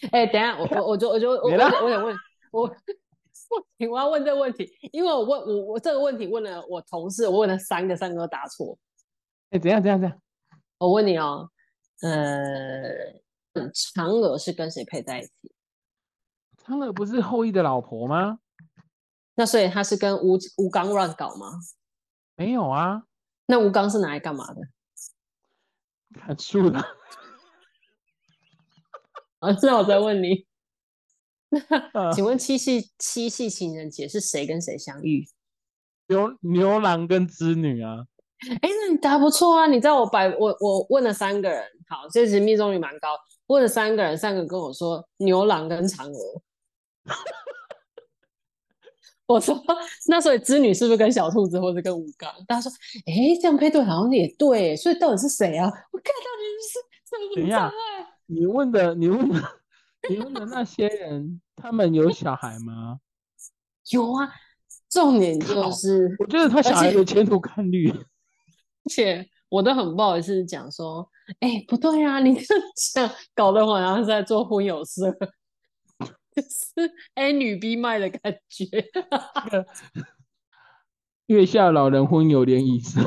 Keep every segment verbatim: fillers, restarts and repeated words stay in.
哎、等一下，我我我就我就我没了。 我得我得问我，我我要问这个问题，因为我问我我这个问题问了我同事，我问了三个，三个都答错。 哎，怎样怎样怎样？ 我问你哦，呃，嫦娥是跟谁配在一起？ 嫦娥不是后羿的老婆吗？ 那所以他是跟吴吴刚乱搞吗？ 没有啊， 那吴刚是拿来干嘛的？ 看输了。 啊，那我再问你，请呃， 问七夕七夕情人节是谁跟谁相遇？ 牛牛郎跟织女啊。 哎，那你答不错啊！你知道我百我我问了三个人，好，这其实命中率蛮高。问了三个人，三个跟我说牛郎跟嫦娥。我说那所以织女是不是跟小兔子或者跟吴刚？大家说，哎，这样配对好像也对，所以到底是谁啊？我看到底是是有什么障等一下， 碍？ 你问的你问的你问的那些人，他们有小孩吗？ 有啊，重点就靠， 是， 我觉得他小孩的而且前途看绿。 而且我都很不好意思讲说，哎，不对啊，你这样讲搞得我好像是在做婚友社，就是 A 女 B 卖的感觉。 这个月下老人婚有点意思。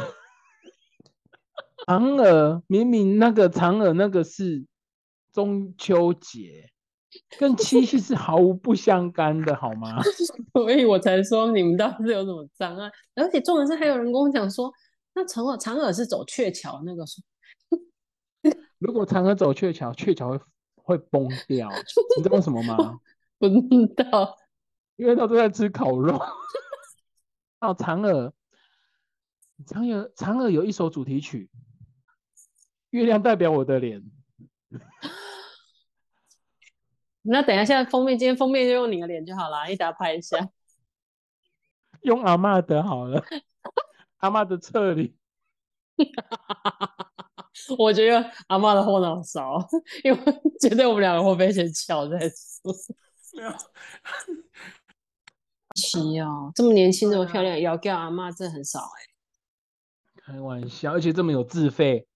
嫦娥明明那个嫦娥那个是中秋节，跟七夕是毫无不相干的，好吗？ 所以我才说你们到底是有什么障碍？而且重点是还有人跟我讲说，那嫦娥嫦娥是走鹊桥那个， 如果嫦娥走鹊桥，鹊桥会会崩掉，你知道为什么吗？ 不知道。 因为他都在吃烤肉。哦，嫦娥，嫦娥，嫦娥有一首主题曲，《月亮代表我的脸》。 那等一下，现在封面今天封面就用你的脸就好啦，一打拍一下。 用阿嬷的好了，阿嬷的侧脸。 我觉得阿嬷的后脑勺，因为绝对我们两个会被先撬再说。 没有。 奇哦，这么年轻这对啊， 么漂亮，也要叫阿嬷，这很少哎、 开玩笑，而且这么有自费。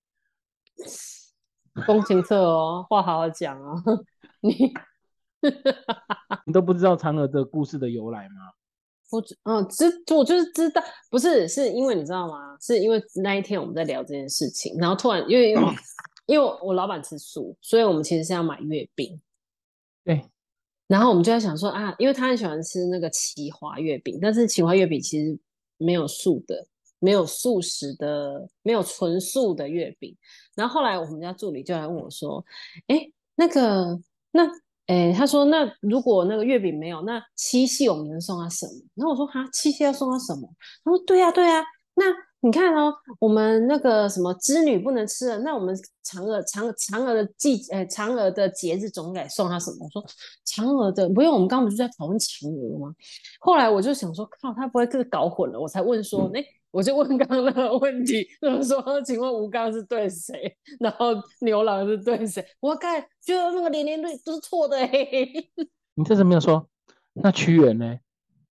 风情色哦，话好好讲哦。你你都不知道嫦娥这个故事的由来吗？ 我只嗯知我就是知道，不是是因为你知道吗？是因为那一天我们在聊这件事情，然后突然因为因为因为我老板吃素，所以我们其实是要买月饼， 对。 然后我们就在想说啊，因为他很喜欢吃那个奇华月饼，但是奇华月饼其实没有素的，没有素食的，没有纯素的月饼。然后后来我们家助理就来问我说：“哎，那个那哎，他说那如果那个月饼没有，那七夕我们能送他什么？”然后我说：“哈，七夕要送他什么？”他说：“对呀，对呀，那你看哦，我们那个什么织女不能吃了，那我们嫦娥嫦嫦娥的季，哎，嫦娥的节日总该送她什么？”我说嫦娥的不用，我们刚刚不是在讨论嫦娥吗？后来我就想说，靠，他不会是搞混了，我才问说，哎，我就问刚刚那个问题，就是说，请问吴刚是对谁？然后牛郎是对谁？我看觉得那个连连队都是错的嘿。 你这次没有说，那屈原呢？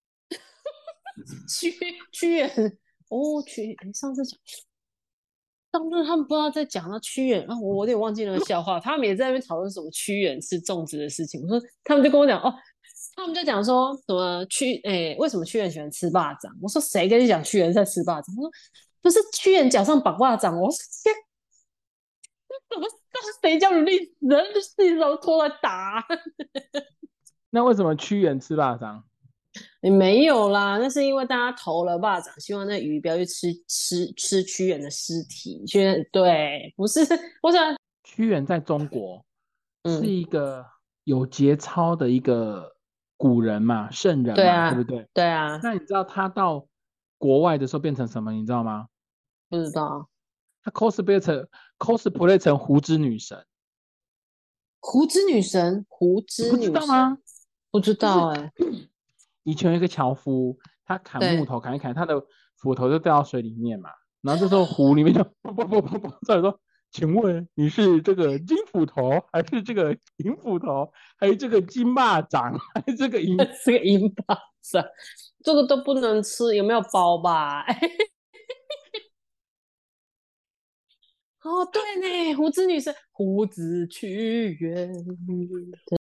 屈屈原哦，屈诶上次讲。上次他们不知道在讲到屈原啊，我有点忘记那个笑话。他们也在那边讨论什么屈原吃粽子的事情。我说，他们就跟我讲哦，他们就讲说什么屈诶，为什么屈原喜欢吃霸掌？我说谁跟你讲屈原在吃霸掌？他说不是屈原脚上绑霸掌。我说怎么谁叫你历史人历史都拖来打？ 那为什么屈原吃腊肠？ 你没有啦，那是因为大家投了霸掌，希望那鱼不要去吃吃吃屈原的尸体。屈原对，不是我想屈原在中国是嗯， 一个有节操的一个古人嘛，圣人嘛，对不对啊， 对？ 对啊， 那你知道他到国外的时候变成什么？你知道吗？ 不知道。 他 cosplay 成 cosplay 成胡子女神。 胡之女神，胡之你不知女神， 道吗？ 不知就是道哎、 以前有一个樵夫，他砍木对， 头砍一砍，他的斧头就掉到水里面嘛。然后这时候湖里面就啵啵啵啵啵，再说，请问你是这个金斧头，还是这个银斧头，还是这个金蚂蚱，还是这个银？ 是个银巴掌，这个都不能吃，有没有包吧？哦，对呢，胡之女神，胡子屈原